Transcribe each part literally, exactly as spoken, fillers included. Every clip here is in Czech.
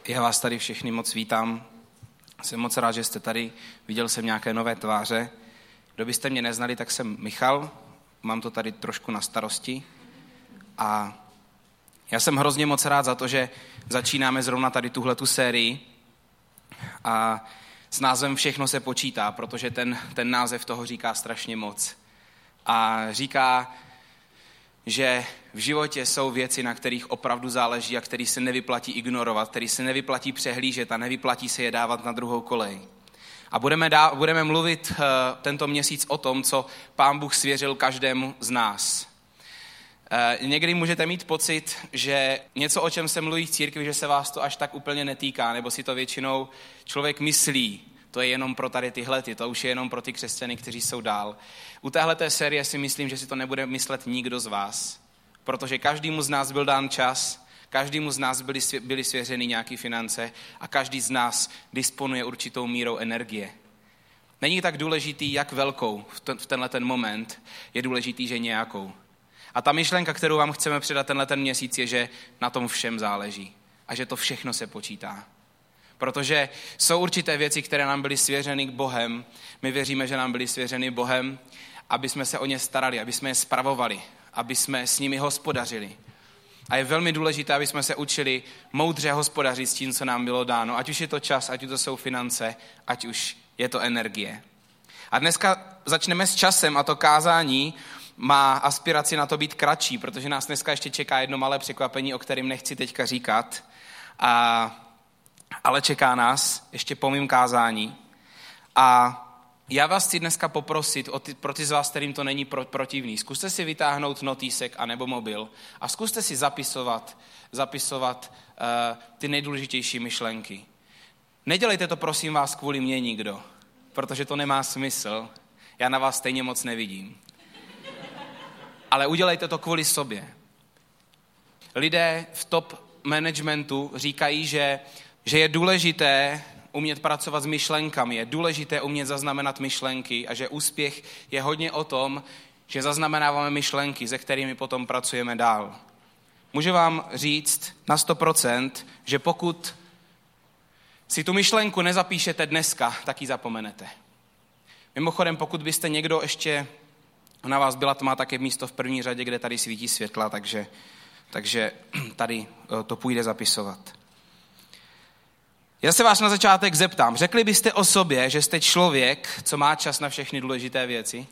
Já vás tady všechny moc vítám. Jsem moc rád, že jste tady. Viděl jsem nějaké nové tváře. Kdo byste mě neznali, tak jsem Michal. Mám to tady trošku na starosti. A já jsem hrozně moc rád za to, že začínáme zrovna tady tuhletu sérii. A s názvem Všechno se počítá, protože ten, ten název toho říká strašně moc. A říká, že v životě jsou věci, na kterých opravdu záleží a který se nevyplatí ignorovat, který se nevyplatí přehlížet a nevyplatí se je dávat na druhou kolej. A budeme, dá, budeme mluvit uh, tento měsíc o tom, co Pán Bůh svěřil každému z nás. Uh, někdy můžete mít pocit, že něco, o čem se mluví v církvi, že se vás to až tak úplně netýká, nebo si to většinou člověk myslí, to je jenom pro tady tyhlety, to už je jenom pro ty křesťany, kteří jsou dál. U téhleté série si myslím, že si to nebude myslet nikdo z vás, protože každému z nás byl dán čas, každému z nás byly, byly svěřeny nějaké finance a každý z nás disponuje určitou mírou energie. Není tak důležitý, jak velkou v, ten, v tenhle ten moment, je důležitý, že nějakou. A ta myšlenka, kterou vám chceme předat tenhle ten měsíc, je, že na tom všem záleží a že to všechno se počítá. Protože jsou určité věci, které nám byly svěřeny k Bohem. My věříme, že nám byly svěřeny Bohem, aby jsme se o ně starali, aby jsme je spravovali, aby jsme s nimi hospodařili. A je velmi důležité, aby jsme se učili moudře hospodařit s tím, co nám bylo dáno. Ať už je to čas, ať už to jsou finance, ať už je to energie. A dneska začneme s časem a to kázání má aspiraci na to být kratší, protože nás dneska ještě čeká jedno malé překvapení, o kterém nechci teďka říkat. A ale čeká nás ještě po mým kázání. A já vás chci dneska poprosit, o ty, pro ty z vás, kterým to není pro, protivný, zkuste si vytáhnout notýsek anebo mobil a zkuste si zapisovat, zapisovat uh, ty nejdůležitější myšlenky. Nedělejte to, prosím vás, kvůli mě nikdo, protože to nemá smysl. Já na vás stejně moc nevidím. Ale udělejte to kvůli sobě. Lidé v top managementu říkají, že že je důležité umět pracovat s myšlenkami, je důležité umět zaznamenat myšlenky a že úspěch je hodně o tom, že zaznamenáváme myšlenky, se kterými potom pracujeme dál. Můžu vám říct na sto procent, že pokud si tu myšlenku nezapíšete dneska, tak ji zapomenete. Mimochodem, pokud byste někdo ještě, na vás byla tma, tak je místo v první řadě, kde tady svítí světla, takže, takže tady to půjde zapisovat. Já se vás na začátek zeptám, řekli byste o sobě, že jste člověk, co má čas na všechny důležité věci?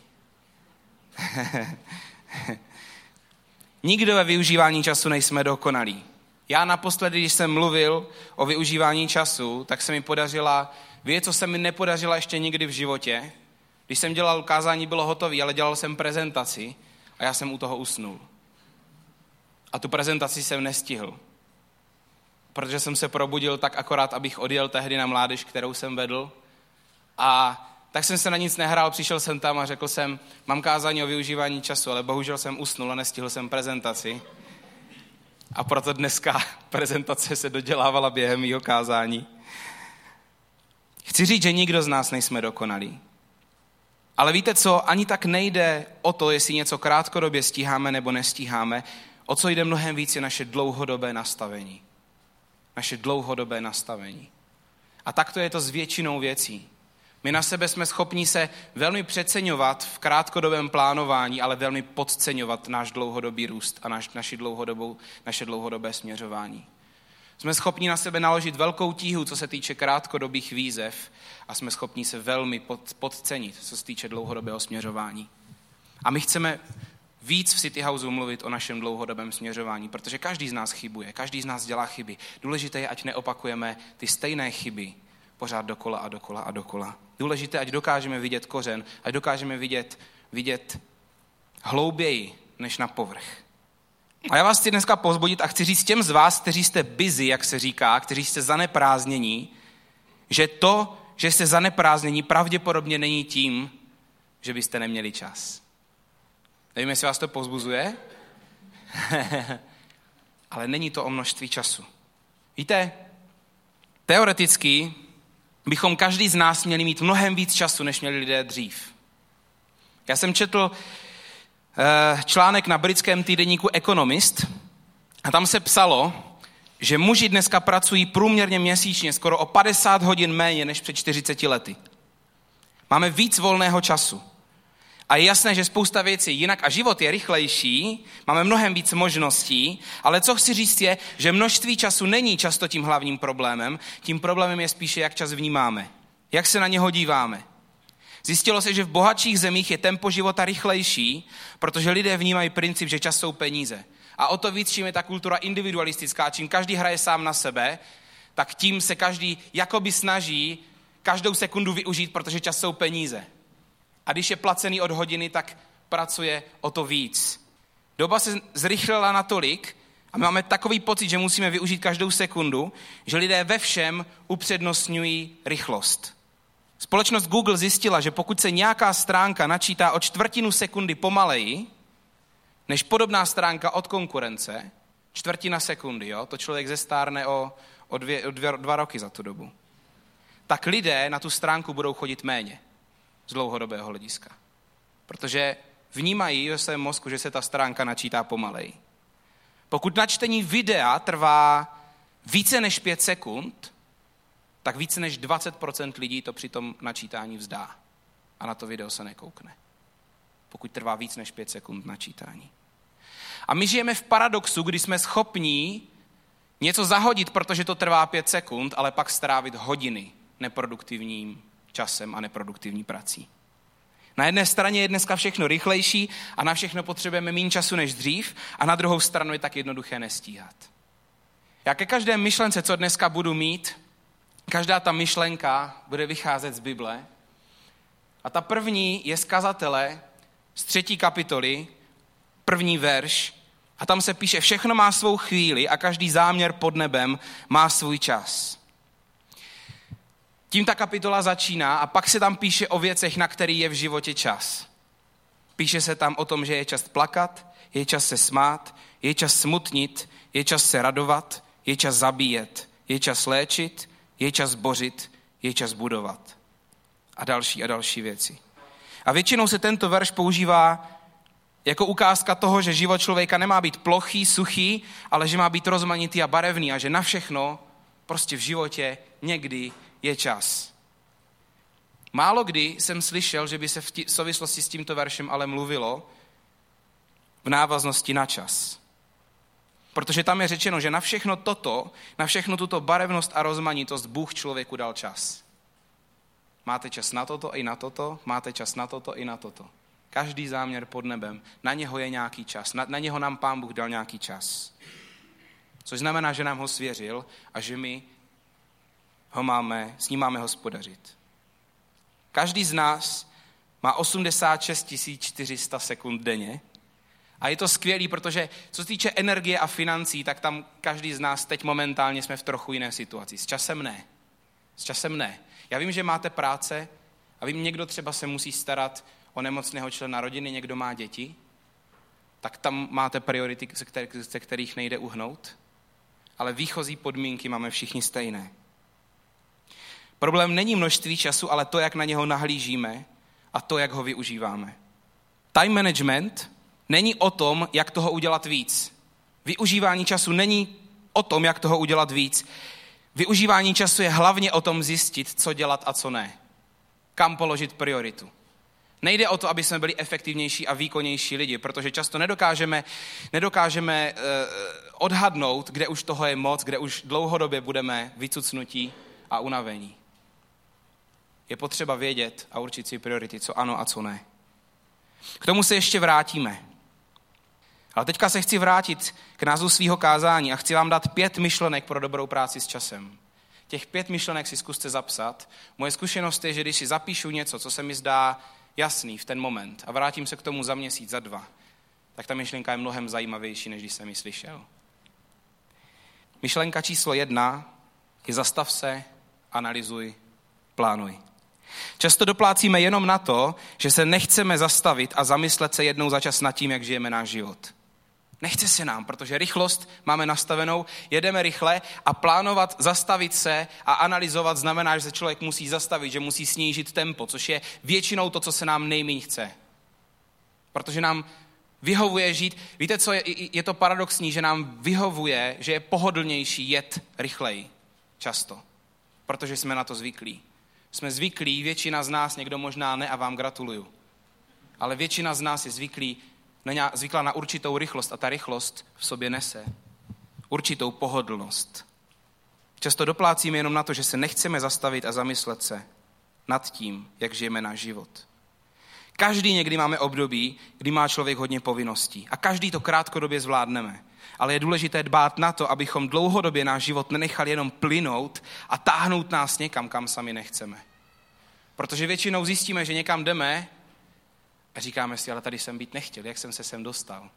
Nikdo ve využívání času nejsme dokonalí. Já naposledy, když jsem mluvil o využívání času, tak se mi podařila věc, co se mi nepodařila ještě nikdy v životě. Když jsem dělal kázání, bylo hotové, ale dělal jsem prezentaci a já jsem u toho usnul. A tu prezentaci jsem nestihl. Protože jsem se probudil tak akorát, abych odjel tehdy na mládež, kterou jsem vedl. A tak jsem se na nic nehrál, přišel jsem tam a řekl jsem, mám kázání o využívání času, ale bohužel jsem usnul a nestihl jsem prezentaci. A proto dneska prezentace se dodělávala během mýho kázání. Chci říct, že nikdo z nás nejsme dokonalí. Ale víte co, ani tak nejde o to, jestli něco krátkodobě stíháme nebo nestíháme. O co jde mnohem víc je naše dlouhodobé nastavení. Naše dlouhodobé nastavení. A takto je to s většinou věcí. My na sebe jsme schopni se velmi přeceňovat v krátkodobém plánování, ale velmi podceňovat náš dlouhodobý růst a naš, naši dlouhodobou, naše dlouhodobé směřování. Jsme schopni na sebe naložit velkou tíhu, co se týče krátkodobých výzev a jsme schopni se velmi pod, podcenit, co se týče dlouhodobého směřování. A my chceme víc v City Houseu mluvit o našem dlouhodobém směřování, protože každý z nás chybuje, každý z nás dělá chyby. Důležité je, ať neopakujeme ty stejné chyby pořád dokola a dokola a dokola. Důležité, ať dokážeme vidět kořen, ať dokážeme vidět, vidět hlouběji než na povrch. A já vás chci dneska povzbudit a chci říct těm z vás, kteří jste busy, jak se říká, kteří jste zaneprázdnění, že to, že jste zaneprázdnění, pravděpodobně není tím, že byste neměli čas. Nevím, jestli vás to povzbuzuje, ale není to o množství času. Víte, teoreticky bychom každý z nás měli mít mnohem víc času, než měli lidé dřív. Já jsem četl článek na britském týdeníku Economist a tam se psalo, že muži dneska pracují průměrně měsíčně skoro o padesát hodin méně než před čtyřiceti lety. Máme víc volného času. A je jasné, že spousta věcí jinak a život je rychlejší, máme mnohem víc možností, ale co chci říct je, že množství času není často tím hlavním problémem, tím problémem je spíše, jak čas vnímáme, jak se na něho díváme. Zjistilo se, že v bohatších zemích je tempo života rychlejší, protože lidé vnímají princip, že čas jsou peníze. A o to víc, čím je ta kultura individualistická, čím každý hraje sám na sebe, tak tím se každý jakoby snaží každou sekundu využít, protože čas jsou peníze. A když je placený od hodiny, tak pracuje o to víc. Doba se zrychlila natolik a my máme takový pocit, že musíme využít každou sekundu, že lidé ve všem upřednostňují rychlost. Společnost Google zjistila, že pokud se nějaká stránka načítá o čtvrtinu sekundy pomaleji, než podobná stránka od konkurence, čtvrtina sekundy, jo, to člověk zestárne o, o, dvě, o dvě, dva roky za tu dobu, tak lidé na tu stránku budou chodit méně z dlouhodobého hlediska. Protože vnímají ve svém mozku, že se ta stránka načítá pomaleji. Pokud načtení videa trvá více než pět sekund, tak více než dvacet procent lidí to při tom načítání vzdá. A na to video se nekoukne. Pokud trvá víc než pět sekund načítání. A my žijeme v paradoxu, kdy jsme schopní něco zahodit, protože to trvá pět sekund, ale pak strávit hodiny neproduktivním časem a neproduktivní prací. Na jedné straně je dneska všechno rychlejší a na všechno potřebujeme méně času než dřív a na druhou stranu je tak jednoduché nestíhat. Já ke každé myšlence, co dneska budu mít, každá ta myšlenka bude vycházet z Bible a ta první je z Kazatele z třetí kapitoly, první verš a tam se píše, všechno má svou chvíli a každý záměr pod nebem má svůj čas. Tím ta kapitola začíná a pak se tam píše o věcech, na který je v životě čas. Píše se tam o tom, že je čas plakat, je čas se smát, je čas smutnit, je čas se radovat, je čas zabíjet, je čas léčit, je čas bořit, je čas budovat. A další a další věci. A většinou se tento verš používá jako ukázka toho, že život člověka nemá být plochý, suchý, ale že má být rozmanitý a barevný a že na všechno prostě v životě někdy je čas. Málo kdy jsem slyšel, že by se v tí, souvislosti s tímto veršem ale mluvilo v návaznosti na čas. Protože tam je řečeno, že na všechno toto, na všechno tuto barevnost a rozmanitost Bůh člověku dal čas. Máte čas na toto i na toto, máte čas na toto i na toto. Každý záměr pod nebem, na něho je nějaký čas, na, na něho nám Pán Bůh dal nějaký čas. Což znamená, že nám ho svěřil a že my ho máme, s ním máme hospodařit. Každý z nás má osmdesát šest tisíc čtyři sta sekund denně a je to skvělý, protože co se týče energie a financí, tak tam každý z nás teď momentálně jsme v trochu jiné situaci. S časem ne. S časem ne. Já vím, že máte práce a vím, někdo třeba se musí starat o nemocného člena rodiny, někdo má děti, tak tam máte priority, ze kterých nejde uhnout, ale výchozí podmínky máme všichni stejné. Problém není množství času, ale to, jak na něho nahlížíme a to, jak ho využíváme. Time management není o tom, jak toho udělat víc. Využívání času není o tom, jak toho udělat víc. Využívání času je hlavně o tom zjistit, co dělat a co ne. Kam položit prioritu. Nejde o to, aby jsme byli efektivnější a výkonnější lidi, protože často nedokážeme, nedokážeme eh, odhadnout, kde už toho je moc, kde už dlouhodobě budeme vycucnutí a unavení. Je potřeba vědět a určit si priority, co ano a co ne. K tomu se ještě vrátíme. Ale teďka se chci vrátit k názvu svého kázání a chci vám dát pět myšlenek pro dobrou práci s časem. Těch pět myšlenek si zkuste zapsat. Moje zkušenost je, že když si zapíšu něco, co se mi zdá jasný v ten moment a vrátím se k tomu za měsíc, za dva, tak ta myšlenka je mnohem zajímavější, než když jsem ji slyšel. Myšlenka číslo jedna je zastav se, analyzuj, plánuj. Často doplácíme jenom na to, že se nechceme zastavit a zamyslet se jednou za čas nad tím, jak žijeme náš život. Nechce se nám, protože rychlost máme nastavenou, jedeme rychle a plánovat, zastavit se a analyzovat znamená, že se člověk musí zastavit, že musí snížit tempo, což je většinou to, co se nám nejméně chce. Protože nám Vyhovuje žít. Víte, co je, je to paradoxní, že nám vyhovuje, že je pohodlnější jet rychleji. Často. Protože jsme na to zvyklí. Jsme zvyklí, většina z nás, někdo možná ne a vám gratuluju. Ale většina z nás je zvyklí, zvyklá na určitou rychlost a ta rychlost v sobě nese určitou pohodlnost. Často doplácíme jenom na to, že se nechceme zastavit a zamyslet se nad tím, jak žijeme náš život. Každý někdy máme období, kdy má člověk hodně povinností a každý to krátkodobě zvládneme. Ale je důležité dbát na to, abychom dlouhodobě náš život nenechali jenom plynout a táhnout nás někam, kam sami nechceme. Protože většinou zjistíme, že někam jdeme a říkáme si, ale tady jsem být nechtěl, jak jsem se sem dostal.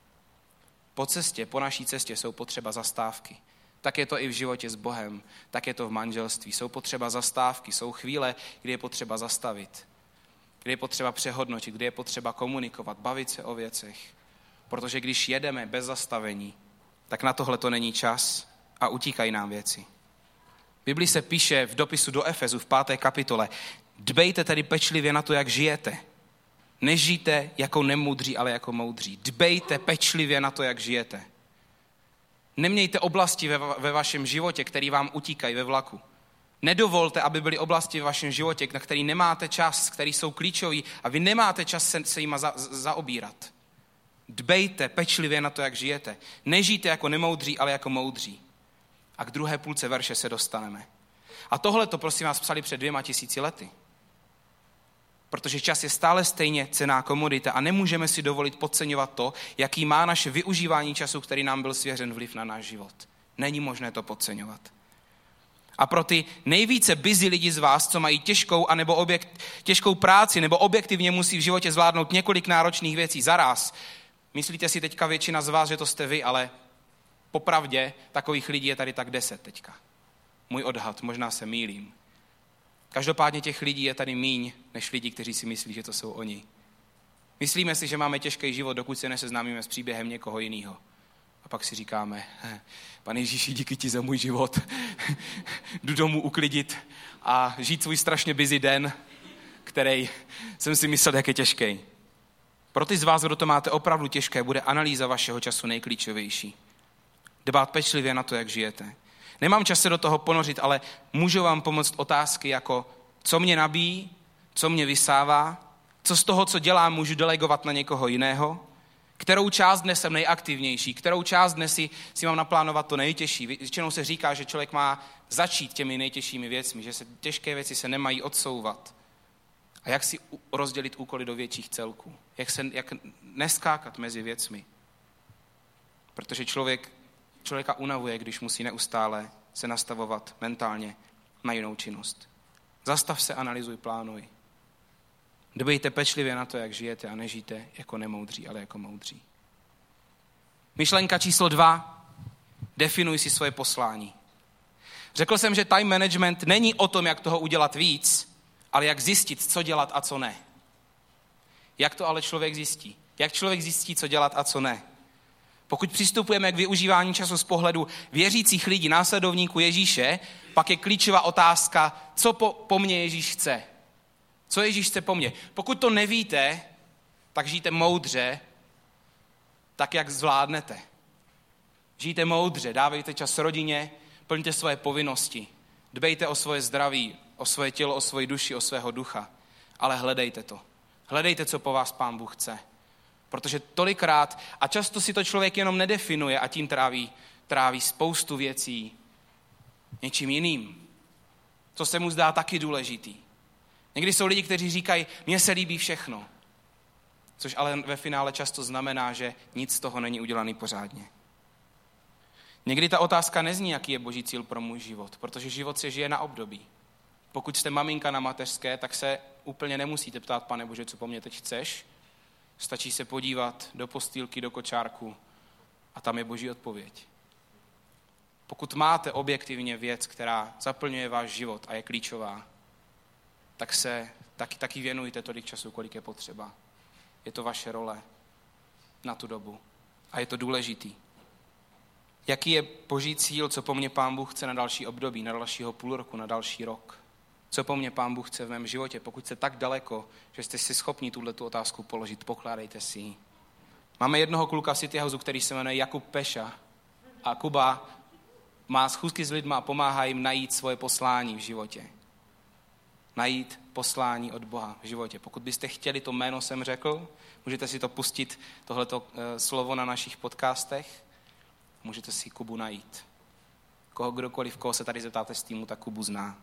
Po cestě, po naší cestě jsou potřeba zastávky. Tak je to i v životě s Bohem, tak je to v manželství. Jsou potřeba zastávky, jsou chvíle, kdy je potřeba zastavit, kdy je potřeba přehodnotit, kdy je potřeba komunikovat, bavit se o věcech. Protože když jedeme bez zastavení, tak na tohle to není čas a utíkají nám věci. V Biblii se píše v dopisu do Efezu v páté kapitole: dbejte tedy pečlivě na to, jak žijete. Nežijte jako nemoudří, ale jako moudří. Dbejte pečlivě na to, jak žijete. Nemějte oblasti ve, ve vašem životě, které vám utíkají ve vlaku. Nedovolte, aby byly oblasti ve vašem životě, na které nemáte čas, které jsou klíčové a vy nemáte čas se, se jima za, zaobírat. Dbejte pečlivě na to, jak žijete. Nežijte jako nemoudří, ale jako moudří. A k druhé půlce verše se dostaneme. A tohle to, prosím vás, psali před dvěma tisíci lety. Protože čas je stále stejně cenná komodita a nemůžeme si dovolit podceňovat to, jaký má naše využívání času, který nám byl svěřen, vliv na náš život. Není možné to podceňovat. A pro ty nejvíce busy lidi z vás, co mají těžkou anebo objekt, těžkou práci nebo objektivně musí v životě zvládnout několik náročných věcí zaraz, myslíte si teďka většina z vás, že to jste vy, ale popravdě takových lidí je tady tak deset teďka. Můj odhad, možná se mýlím. Každopádně těch lidí je tady míň, než lidi, kteří si myslí, že to jsou oni. Myslíme si, že máme těžký život, dokud se neseznámíme s příběhem někoho jiného. A pak si říkáme, Pane Ježíši, díky ti za můj život. Jdu domů uklidit a žít svůj strašně busy den, který jsem si myslel, jak je těžký. Pro ty z vás, kdo to máte opravdu těžké, bude analýza vašeho času nejklíčovější. Dbát pečlivě na to, jak žijete. Nemám čas se do toho ponořit, ale můžu vám pomoct otázky jako, co mě nabíjí, co mě vysává, co z toho, co dělám, můžu delegovat na někoho jiného, kterou část dnes jsem nejaktivnější, kterou část dnes si, si mám naplánovat to nejtěžší. Většinou se říká, že člověk má začít těmi nejtěžšími věcmi, že se těžké věci se nemají odsouvat. A jak si rozdělit úkoly do větších celků? Jak, se, jak neskákat mezi věcmi? Protože člověk, člověka unavuje, když musí neustále se nastavovat mentálně na jinou činnost. Zastav se, analyzuj, plánuj. Dbejte pečlivě na to, jak žijete a nežijte jako nemoudří, ale jako moudří. Myšlenka číslo dva. Definuj si svoje poslání. Řekl jsem, že time management není o tom, jak toho udělat víc, ale jak zjistit, co dělat a co ne. Jak to ale člověk zjistí? Jak člověk zjistí, co dělat a co ne? Pokud přistupujeme k využívání času z pohledu věřících lidí, následovníků Ježíše, pak je klíčová otázka, co po, po mně Ježíš chce. Co Ježíš chce po mně? Pokud to nevíte, tak žijte moudře, tak jak zvládnete. Žijte moudře, dávejte čas rodině, plňte svoje povinnosti, dbejte o svoje zdraví, o svoje tělo, o svoji duši, o svého ducha, ale hledejte to. Hledejte, co po vás Pán Bůh chce. Protože tolikrát, a často si to člověk jenom nedefinuje a tím tráví, tráví spoustu věcí něčím jiným, co se mu zdá taky důležitý. Někdy jsou lidi, kteří říkají, mně se líbí všechno, což ale ve finále často znamená, že nic z toho není udělaný pořádně. Někdy ta otázka nezní, jaký je Boží cíl pro můj život, protože život se žije na období. Pokud jste maminka na mateřské, tak se úplně nemusíte ptát, Pane Bože, co po mně teď chceš. Stačí se podívat do postýlky, do kočárku a tam je Boží odpověď. Pokud máte objektivně věc, která zaplňuje váš život a je klíčová, tak se taky, taky věnujte tolik času, kolik je potřeba. Je to vaše role na tu dobu a je to důležitý. Jaký je Boží cíl, co po mně Pán Bůh chce na další období, na dalšího půl roku, na další rok? Co po mně Pán Bůh chce v mém životě? Pokud jste tak daleko, že jste si schopni tuhletu otázku položit, pokládejte si ji. Máme jednoho kluka v City Houseu, který se jmenuje Jakub Peša. A Kuba má schůzky s lidma a pomáhá jim najít svoje poslání v životě. Najít poslání od Boha v životě. Pokud byste chtěli, to jméno jsem řekl, můžete si to pustit, tohleto slovo na našich podcastech. Můžete si Kubu najít. Koho, kdokoliv, koho se tady zeptáte z týmu, tak Kubu zná.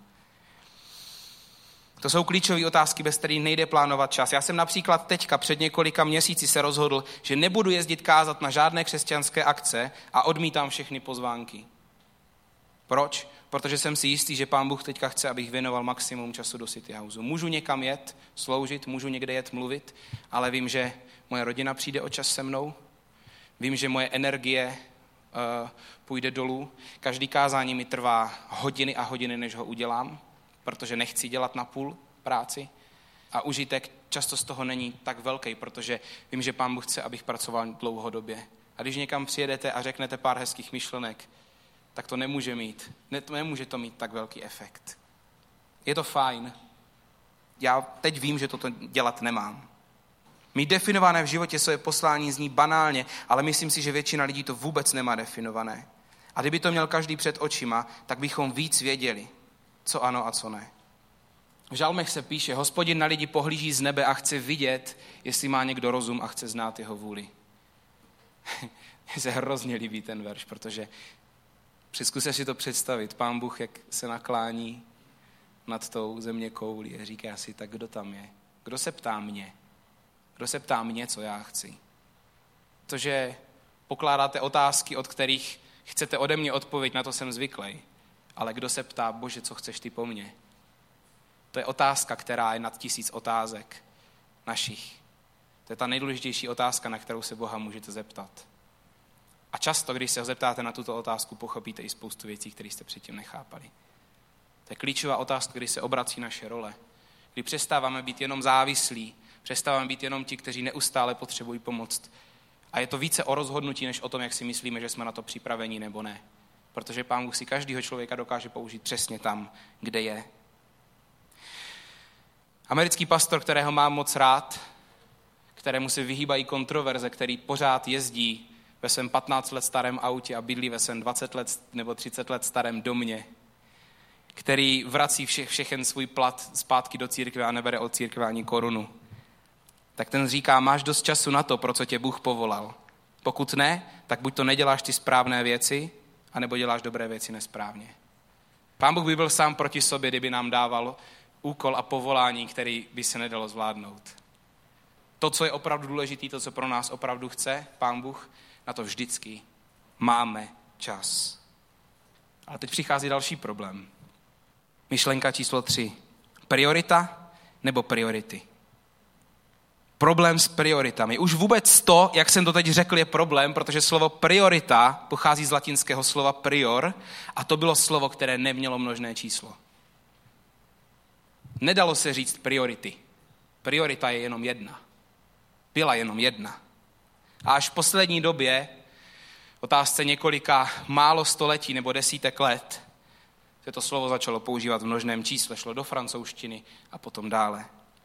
To jsou klíčové otázky, bez kterých nejde plánovat čas. Já jsem například teďka před několika měsíci se rozhodl, že nebudu jezdit kázat na žádné křesťanské akce a odmítám všechny pozvánky. Proč? Protože jsem si jistý, že Pán Bůh teďka chce, abych věnoval maximum času do City Houseu. Můžu někam jet, sloužit, můžu někde jet mluvit, ale vím, že moje rodina přijde o čas se mnou. Vím, že moje energie uh, půjde dolů. Každý kázání mi trvá hodiny a hodiny, než ho udělám, protože nechci dělat na půl práci. A užitek často z toho není tak velký, protože vím, že Pán Bůh chce, abych pracoval dlouhodobě. A když někam přijedete a řeknete pár hezkých myšlenek, tak to nemůže mít. Ne, to nemůže to mít tak velký efekt. Je to fajn. Já teď vím, že toto dělat nemám. Mít definované v životě své poslání zní banálně, ale myslím si, že většina lidí to vůbec nemá definované. A kdyby to měl každý před očima, tak bychom víc věděli, co ano a co ne. V žalmech se píše, Hospodin na lidi pohlíží z nebe a chce vidět, jestli má někdo rozum a chce znát jeho vůli. Mně se hrozně líbí ten verš, protože zkuste si to představit. Pán Bůh, jak se naklání nad tou země koulí a říká si, tak kdo tam je? Kdo se ptá mě? Kdo se ptá mě, co já chci? To, že pokládáte otázky, od kterých chcete ode mě odpověď, na to jsem zvyklý. Ale kdo se ptá, Bože, co chceš ty po mně? To je otázka, která je nad tisíc otázek našich. To je ta nejdůležitější otázka, na kterou se Boha můžete zeptat. A často, když se ho zeptáte na tuto otázku, pochopíte i spoustu věcí, které jste předtím nechápali. To je klíčová otázka, kdy se obrací naše role. Kdy přestáváme být jenom závislí, přestáváme být jenom ti, kteří neustále potřebují pomoc. A je to více o rozhodnutí, než o tom, jak si myslíme, že jsme na to připraveni nebo ne. Protože Pán Bůh si každého člověka dokáže použít přesně tam, kde je. Americký pastor, kterého mám moc rád, kterému se vyhýbají kontroverze, který pořád jezdí ve svém patnáct let starém autě a bydlí ve svém dvacet let nebo třicet let starém domě, který vrací vše, všechen svůj plat zpátky do církve a nebere od církve ani korunu. Tak ten říká, máš dost času na to, pro co tě Bůh povolal. Pokud ne, tak buď to neděláš ty správné věci, anebo děláš dobré věci nesprávně. Pán Bůh by byl sám proti sobě, kdyby nám dával úkol a povolání, který by se nedalo zvládnout. To, co je opravdu důležité, to, co pro nás opravdu chce Pán Bůh, na to vždycky máme čas. Ale teď přichází další problém. Myšlenka číslo tři. Priorita nebo priority? Problém s prioritami. Už vůbec to, jak jsem to teď řekl, je problém, protože slovo priorita pochází z latinského slova prior a to bylo slovo, které nemělo množné číslo. Nedalo se říct priority. Priorita je jenom jedna. Byla jenom jedna. A až v poslední době, otázce několika málo století nebo desítek let, se to slovo začalo používat v množném čísle, šlo do francouzštiny a potom dále.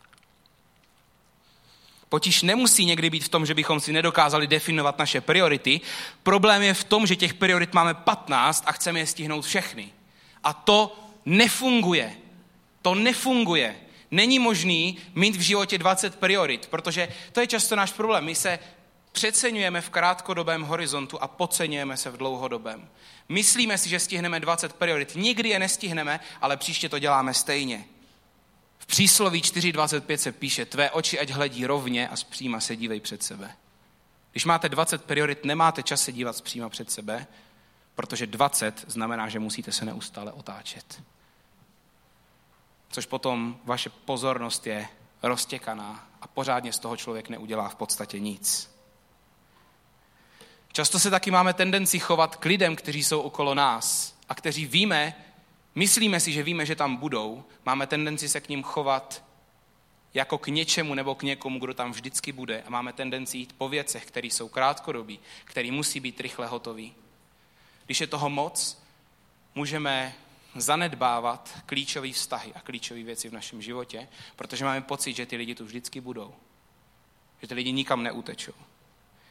Potíž nemusí někdy být v tom, že bychom si nedokázali definovat naše priority. Problém je v tom, že těch priorit máme patnáct a chceme je stihnout všechny. A to nefunguje. To nefunguje. Není možný mít v životě dvacet priorit, protože to je často náš problém. My se přeceňujeme v krátkodobém horizontu a podceňujeme se v dlouhodobém. Myslíme si, že stihneme dvacet priorit. Nikdy je nestihneme, ale příště to děláme stejně. V přísloví čtyři dvacet pět se píše, tvé oči ať hledí rovně a zpříma se dívej před sebe. Když máte dvacet priorit, nemáte čas se dívat zpříma před sebe, protože dvacet znamená, že musíte se neustále otáčet. Což potom vaše pozornost je roztěkaná a pořádně z toho člověk neudělá v podstatě nic. Často se taky máme tendenci chovat k lidem, kteří jsou okolo nás a kteří víme, myslíme si, že víme, že tam budou, máme tendenci se k ním chovat jako k něčemu nebo k někomu, kdo tam vždycky bude a máme tendenci jít po věcech, které jsou krátkodobí, které musí být rychle hotový. Když je toho moc, můžeme zanedbávat klíčové vztahy a klíčové věci v našem životě, protože máme pocit, že ty lidi tu vždycky budou. Že ty lidi nikam neutečou.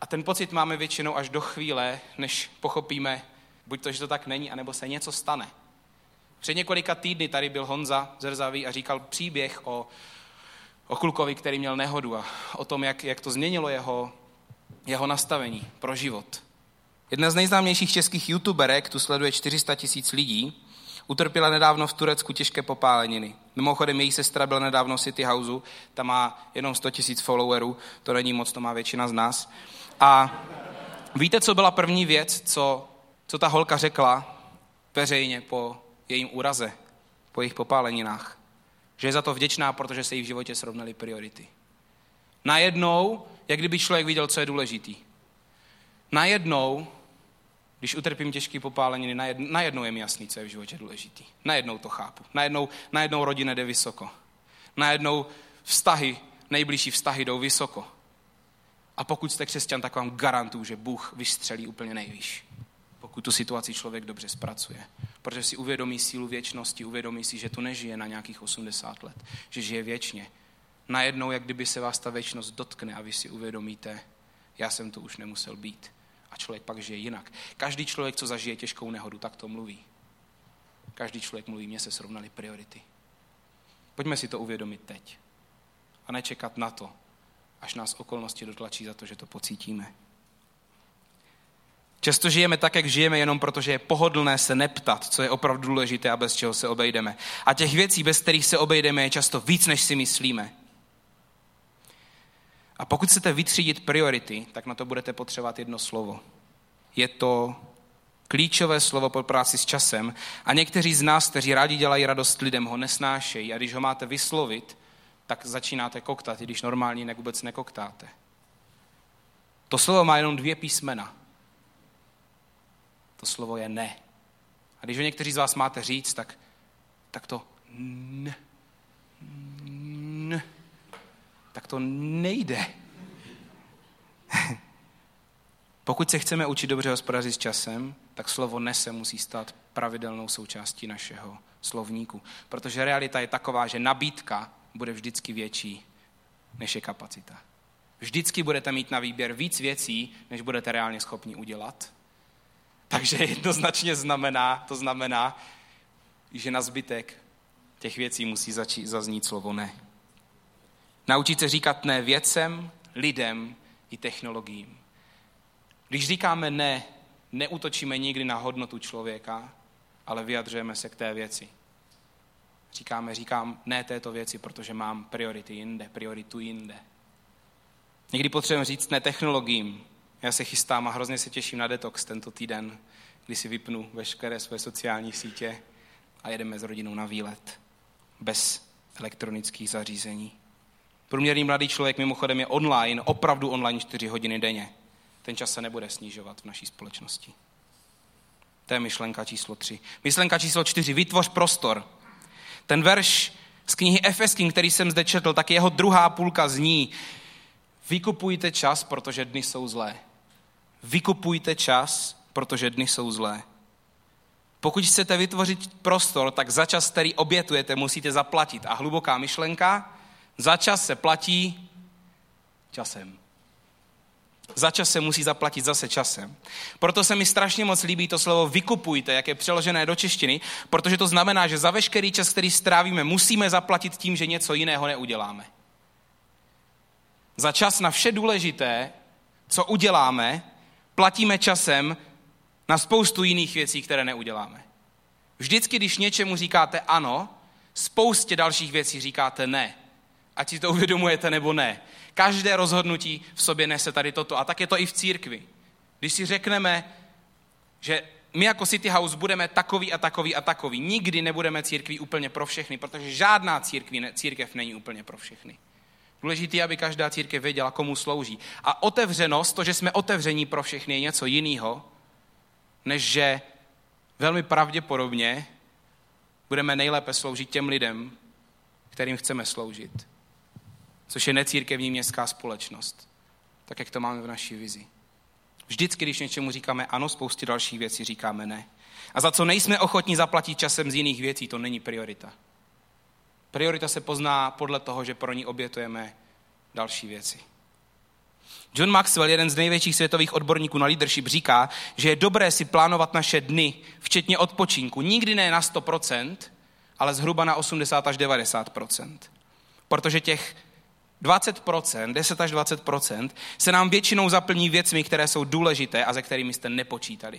A ten pocit máme většinou až do chvíle, než pochopíme, buď to, že to tak není, anebo se něco stane. Před několika týdny tady byl Honza Zrzavý a říkal příběh o, o klukovi, který měl nehodu a o tom, jak, jak to změnilo jeho, jeho nastavení pro život. Jedna z nejznámějších českých youtuberek, tu sleduje čtyři sta tisíc lidí, utrpěla nedávno v Turecku těžké popáleniny. Mimochodem její sestra byla nedávno v City Houseu, tam má jenom sto tisíc followerů, to není moc, to má většina z nás. A víte, co byla první věc, co, co ta holka řekla veřejně po jejím úraze, po jejich popáleninách? Že je za to vděčná, protože se jí v životě srovnaly priority. Najednou, jak kdyby člověk viděl, co je důležitý. Najednou, když utrpím těžké popáleniny, najednou je mi jasný, co je v životě důležitý. Najednou to chápu. Najednou, najednou rodina jde vysoko. Najednou vztahy, nejbližší vztahy jdou vysoko. A pokud jste křesťan, tak vám garantuju, že Bůh vystřelí úplně nejvýš. Pokud tu situaci člověk dobře zpracuje. Protože si uvědomí sílu věčnosti, uvědomí si, že tu nežije na nějakých osmdesát let, že žije věčně. Najednou, jak kdyby se vás ta věčnost dotkne a vy si uvědomíte, já jsem tu už nemusel být. A člověk pak žije jinak. Každý člověk, co zažije těžkou nehodu, tak to mluví. Každý člověk mluví, mně se srovnaly priority. Pojďme si to uvědomit teď. A nečekat na to, až nás okolnosti dotlačí za to, že to pocítíme. Často žijeme tak, jak žijeme, jenom protože je pohodlné se neptat, co je opravdu důležité a bez čeho se obejdeme. A těch věcí, bez kterých se obejdeme, je často víc, než si myslíme. A pokud chcete vytřídit priority, tak na to budete potřebovat jedno slovo. Je to klíčové slovo pro práci s časem a někteří z nás, kteří rádi dělají radost lidem, ho nesnášejí a když ho máte vyslovit, tak začínáte koktat, i když normálně jinak vůbec nekoktáte. To slovo má jenom dvě písmena. To slovo je ne. A když ho někteří z vás máte říct, tak, tak to ne, ne, tak to nejde. Pokud se chceme učit dobře hospodařit s časem, tak slovo ne se musí stát pravidelnou součástí našeho slovníku. Protože realita je taková, že nabídka bude vždycky větší, než je kapacita. Vždycky budete mít na výběr víc věcí, než budete reálně schopni udělat. Takže jednoznačně znamená, to znamená, že na zbytek těch věcí musí začít zaznít slovo ne. Naučit se říkat ne věcem, lidem i technologiím. Když říkáme ne, neútočíme nikdy na hodnotu člověka, ale vyjadřujeme se k té věci. Říkáme, říkám ne této věci, protože mám priority jinde, prioritu jinde. Někdy potřebujeme říct ne technologiím. Já se chystám a hrozně se těším na detox tento týden, kdy si vypnu veškeré své sociální sítě a jedeme s rodinou na výlet. Bez elektronických zařízení. Průměrný mladý člověk mimochodem je online, opravdu online čtyři hodiny denně. Ten čas se nebude snižovat v naší společnosti. To je myšlenka číslo tři. Myšlenka číslo čtyři. Vytvoř prostor. Ten verš z knihy Efeským, který jsem zde četl, tak jeho druhá půlka zní: vykupujte čas, protože dny jsou zlé. Vykupujte čas, protože dny jsou zlé. Pokud chcete vytvořit prostor, tak za čas, který obětujete, musíte zaplatit. A hluboká myšlenka, za čas se platí časem. Za čas se musí zaplatit zase časem. Proto se mi strašně moc líbí to slovo vykupujte, jak je přeložené do češtiny, protože to znamená, že za veškerý čas, který strávíme, musíme zaplatit tím, že něco jiného neuděláme. Za čas na vše důležité, co uděláme, platíme časem na spoustu jiných věcí, které neuděláme. Vždycky, když něčemu říkáte ano, spoustě dalších věcí říkáte ne. Ať si to uvědomujete nebo ne. Každé rozhodnutí v sobě nese tady toto. A tak je to i v církvi. Když si řekneme, že my jako City House budeme takový a takový a takový, nikdy nebudeme církví úplně pro všechny, protože žádná církví, církev není úplně pro všechny. Důležité je, aby každá církev věděla, komu slouží. A otevřenost, to, že jsme otevření pro všechny, je něco jiného, než že velmi pravděpodobně budeme nejlépe sloužit těm lidem, kterým chceme sloužit. Což je necírkevní městská společnost. Tak, jak to máme v naší vizi. Vždycky, když něčemu říkáme ano, spoustě dalších věcí říkáme ne. A za co nejsme ochotní zaplatit časem z jiných věcí, to není priorita. Priorita se pozná podle toho, že pro ní obětujeme další věci. John Maxwell, jeden z největších světových odborníků na leadership, říká, že je dobré si plánovat naše dny, včetně odpočinku. Nikdy ne na sto procent, ale zhruba na osmdesát až devadesát procent. Protože těch dvacet procent, deset až dvacet procent se nám většinou zaplní věcmi, které jsou důležité a se kterými jste nepočítali.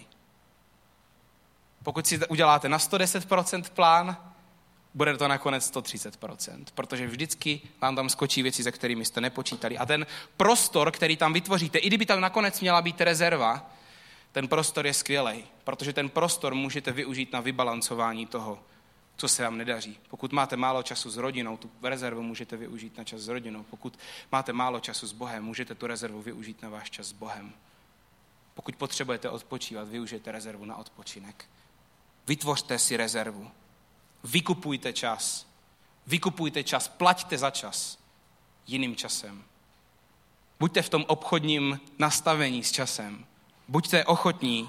Pokud si uděláte na sto deset procent plán, bude to nakonec sto třicet procent, protože vždycky vám tam skočí věci, se kterými jste nepočítali. A ten prostor, který tam vytvoříte, i kdyby tam nakonec měla být rezerva, ten prostor je skvělej, protože ten prostor můžete využít na vybalancování toho, co se vám nedaří. Pokud máte málo času s rodinou, tu rezervu můžete využít na čas s rodinou. Pokud máte málo času s Bohem, můžete tu rezervu využít na váš čas s Bohem. Pokud potřebujete odpočívat, využijte rezervu na odpočinek. Vytvořte si rezervu. Vykupujte čas. Vykupujte čas, plaťte za čas jiným časem. Buďte v tom obchodním nastavení s časem. Buďte ochotní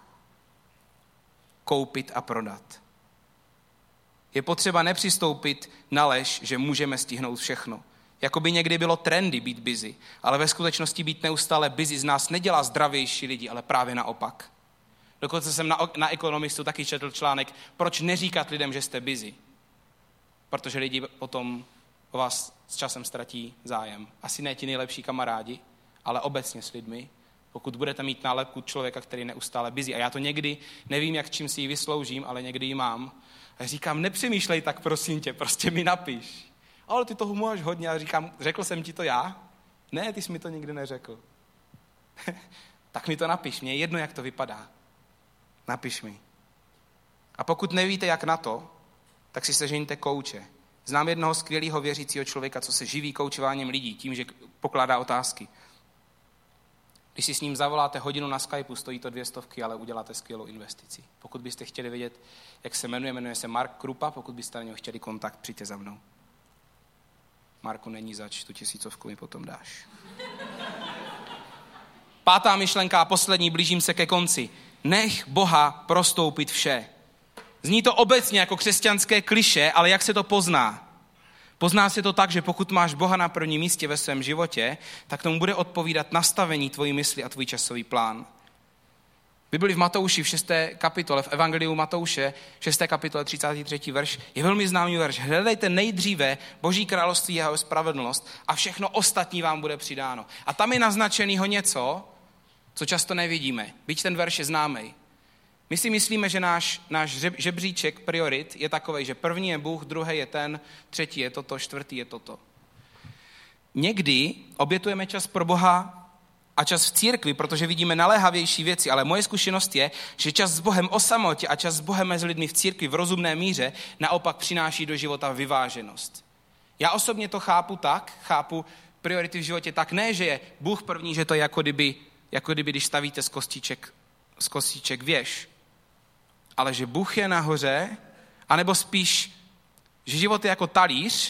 koupit a prodat. Je potřeba nepřistoupit na lež, že můžeme stihnout všechno. Jakoby někdy bylo trendy být busy, ale ve skutečnosti být neustále busy z nás nedělá zdravější lidi, ale právě naopak. Dokonce jsem na, na Ekonomistu taky četl článek, proč neříkat lidem, že jste busy. Protože lidi potom o vás s časem ztratí zájem. Asi ne ti nejlepší kamarádi, ale obecně s lidmi. Pokud budete mít nálepku člověka, který je neustále busy. A já to někdy nevím, jak čím si ji vysloužím, ale někdy ji mám. A říkám, nepřemýšlej tak, prosím tě, prostě mi napiš. Ale ty toho máš hodně. A říkám, řekl jsem ti to já? Ne, ty jsi mi to nikdy neřekl. Tak mi to napiš, mě je jedno, jak to vypadá. Napiš mi. A pokud nevíte, jak na to, tak si sežeňte kouče. Znám jednoho skvělého věřícího člověka, co se živí koučováním lidí, tím, že pokládá otázky. Když si s ním zavoláte hodinu na Skypeu, stojí to dvě stovky, ale uděláte skvělou investici. Pokud byste chtěli vědět, jak se jmenuje, jmenuje se Mark Krupa, pokud byste na něho chtěli kontakt, přijďte za mnou. Marku, není zač, tu tisícovku mi potom dáš. Pátá myšlenka a poslední, blížím se ke konci. Nech Boha prostoupit vše. Zní to obecně jako křesťanské klišé, ale jak se to pozná? Pozná se to tak, že pokud máš Boha na prvním místě ve svém životě, tak tomu bude odpovídat nastavení tvojí mysli a tvůj časový plán. V Bibli v Matouši v šesté kapitole, v Evangeliu Matouše, v šesté kapitole třicátý třetí verš, je velmi známý verš. Hledejte nejdříve Boží království a jeho spravedlnost a všechno ostatní vám bude přidáno. A tam je naznačenýho něco, co často nevidíme. Byť ten verš je známej. My si myslíme, že náš, náš žebříček priorit je takovej, že první je Bůh, druhý je ten, třetí je toto, čtvrtý je toto. Někdy obětujeme čas pro Boha a čas v církvi, protože vidíme naléhavější věci, ale moje zkušenost je, že čas s Bohem o samotě a čas s Bohem mezi lidmi v církvi v rozumné míře naopak přináší do života vyváženost. Já osobně to chápu tak, chápu priority v životě tak, ne, že je Bůh první, že to je jako kdyby, jako kdyby když stavíte z kostiček, z kostiček věž, ale že Bůh je nahoře, anebo spíš, že život je jako talíř,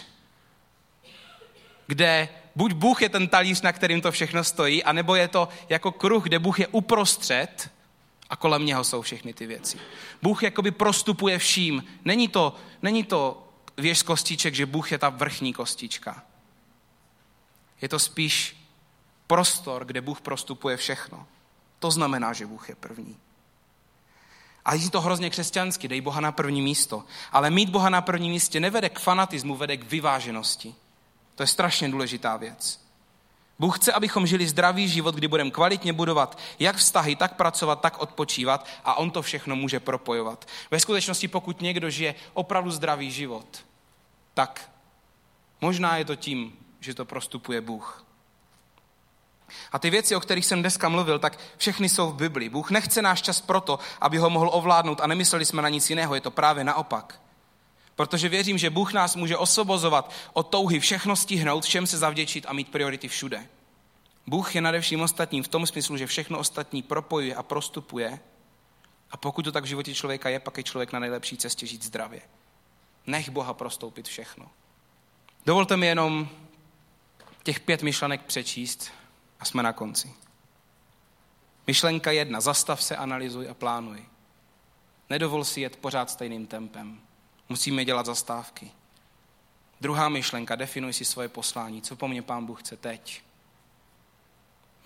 kde buď Bůh je ten talíř, na kterým to všechno stojí, anebo je to jako kruh, kde Bůh je uprostřed a kolem něho jsou všechny ty věci. Bůh jakoby prostupuje vším. Není to, není to věž z kostiček, že Bůh je ta vrchní kostička. Je to spíš prostor, kde Bůh prostupuje všechno. To znamená, že Bůh je první. A je to hrozně křesťansky, dej Boha na první místo. Ale mít Boha na prvním místě nevede k fanatismu, vede k vyváženosti. To je strašně důležitá věc. Bůh chce, abychom žili zdravý život, kdy budeme kvalitně budovat jak vztahy, tak pracovat, tak odpočívat a on to všechno může propojovat. Ve skutečnosti, pokud někdo žije opravdu zdravý život, tak možná je to tím, že to prostupuje Bůh. A ty věci, o kterých jsem dneska mluvil, tak všechny jsou v Bibli. Bůh nechce náš čas proto, aby ho mohl ovládnout a nemysleli jsme na nic jiného, je to právě naopak. Protože věřím, že Bůh nás může osvobozovat od touhy všechno stihnout, všem se zavděčit a mít priority všude. Bůh je nade vším ostatním v tom smyslu, že všechno ostatní propojuje a prostupuje a pokud to tak v životě člověka je, pak je člověk na nejlepší cestě žít zdravě. Nech Boha prostoupit všechno. Dovolte mi jenom těch pět myšlenek přečíst a jsme na konci. Myšlenka jedna. Zastav se, analyzuj a plánuj. Nedovol si jet pořád stejným tempem. Musíme dělat zastávky. Druhá myšlenka. Definuj si svoje poslání. Co po mně Pán Bůh chce teď?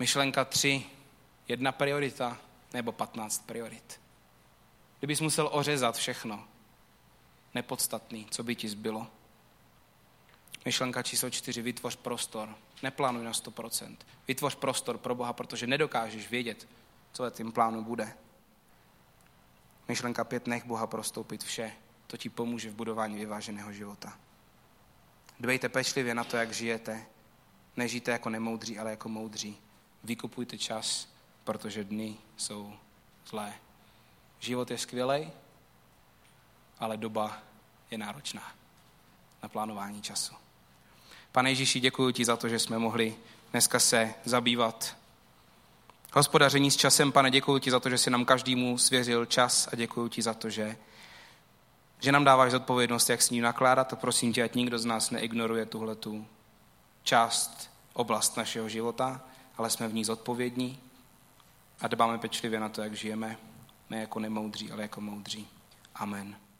Myšlenka tři, jedna priorita nebo patnáct priorit. Kdybys musel ořezat všechno nepodstatný, co by ti zbylo. Myšlenka číslo čtyři, vytvoř prostor. Neplánuj na sto procent. Vytvoř prostor pro Boha, protože nedokážeš vědět, co ve tím plánu bude. Myšlenka pět, nech Boha prostoupit vše. To ti pomůže v budování vyváženého života. Dbejte pečlivě na to, jak žijete. Nežijte jako nemoudří, ale jako moudří. Vykupujte čas, protože dny jsou zlé. Život je skvělej, ale doba je náročná na plánování času. Pane Ježíši, děkuji ti za to, že jsme mohli dneska se zabývat hospodaření s časem. Pane, děkuji ti za to, že jsi nám každému svěřil čas a děkuji ti za to, že, že nám dáváš zodpovědnost, jak s ním nakládat a prosím tě, ať nikdo z nás neignoruje tuhletu část, oblast našeho života, ale jsme v ní zodpovědní a dbáme pečlivě na to, jak žijeme, ne jako nemoudří, ale jako moudří. Amen.